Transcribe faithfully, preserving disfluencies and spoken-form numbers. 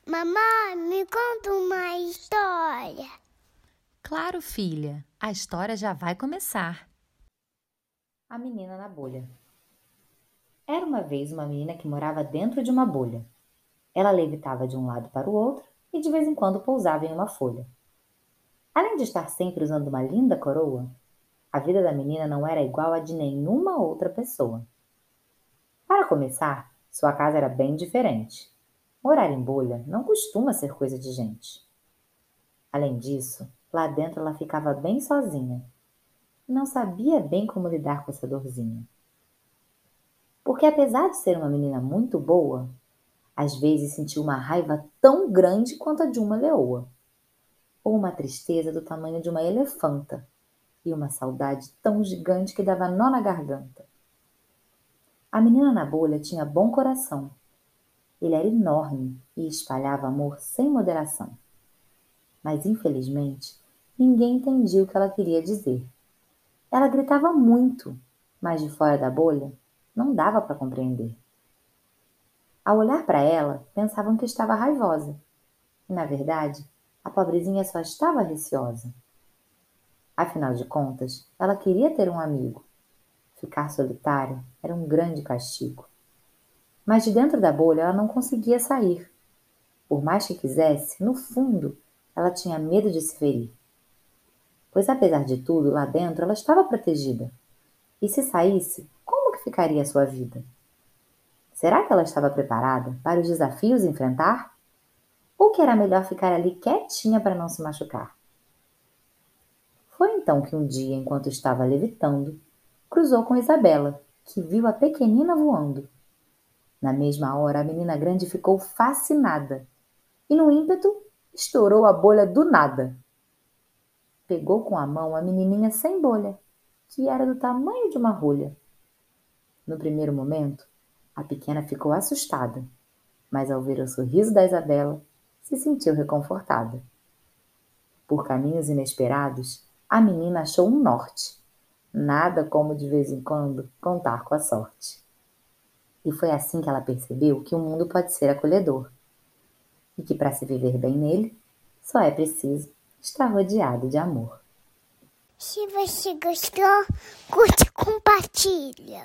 Mamãe, me conta uma história. Claro, filha, a história já vai começar. A menina na bolha. Era uma vez uma menina que morava dentro de uma bolha. Ela levitava de um lado para o outro e de vez em quando pousava em uma folha. Além de estar sempre usando uma linda coroa, a vida da menina não era igual a de nenhuma outra pessoa. Para começar, sua casa era bem diferente. Morar em bolha não costuma ser coisa de gente. Além disso, lá dentro ela ficava bem sozinha. Não sabia bem como lidar com essa dorzinha. Porque apesar de ser uma menina muito boa, às vezes sentia uma raiva tão grande quanto a de uma leoa, ou uma tristeza do tamanho de uma elefanta, e uma saudade tão gigante que dava nó na garganta. A menina na bolha tinha bom coração. Ele era enorme e espalhava amor sem moderação. Mas, infelizmente, ninguém entendia o que ela queria dizer. Ela gritava muito, mas de fora da bolha não dava para compreender. Ao olhar para ela, pensavam que estava raivosa. E, na verdade, a pobrezinha só estava receosa. Afinal de contas, ela queria ter um amigo. Ficar solitária era um grande castigo. Mas de dentro da bolha ela não conseguia sair. Por mais que quisesse, no fundo, ela tinha medo de se ferir. Pois apesar de tudo, lá dentro ela estava protegida. E se saísse, como que ficaria a sua vida? Será que ela estava preparada para os desafios enfrentar? Ou que era melhor ficar ali quietinha para não se machucar? Foi então que um dia, enquanto estava levitando, cruzou com Isabela, que viu a pequenina voando. Na mesma hora, a menina grande ficou fascinada e, no ímpeto, estourou a bolha do nada. Pegou com a mão a menininha sem bolha, que era do tamanho de uma rolha. No primeiro momento, a pequena ficou assustada, mas ao ver o sorriso da Isabela, se sentiu reconfortada. Por caminhos inesperados, a menina achou um norte. Nada como de vez em quando contar com a sorte. E foi assim que ela percebeu que o mundo pode ser acolhedor. E que para se viver bem nele, só é preciso estar rodeado de amor. Se você gostou, curte e compartilha.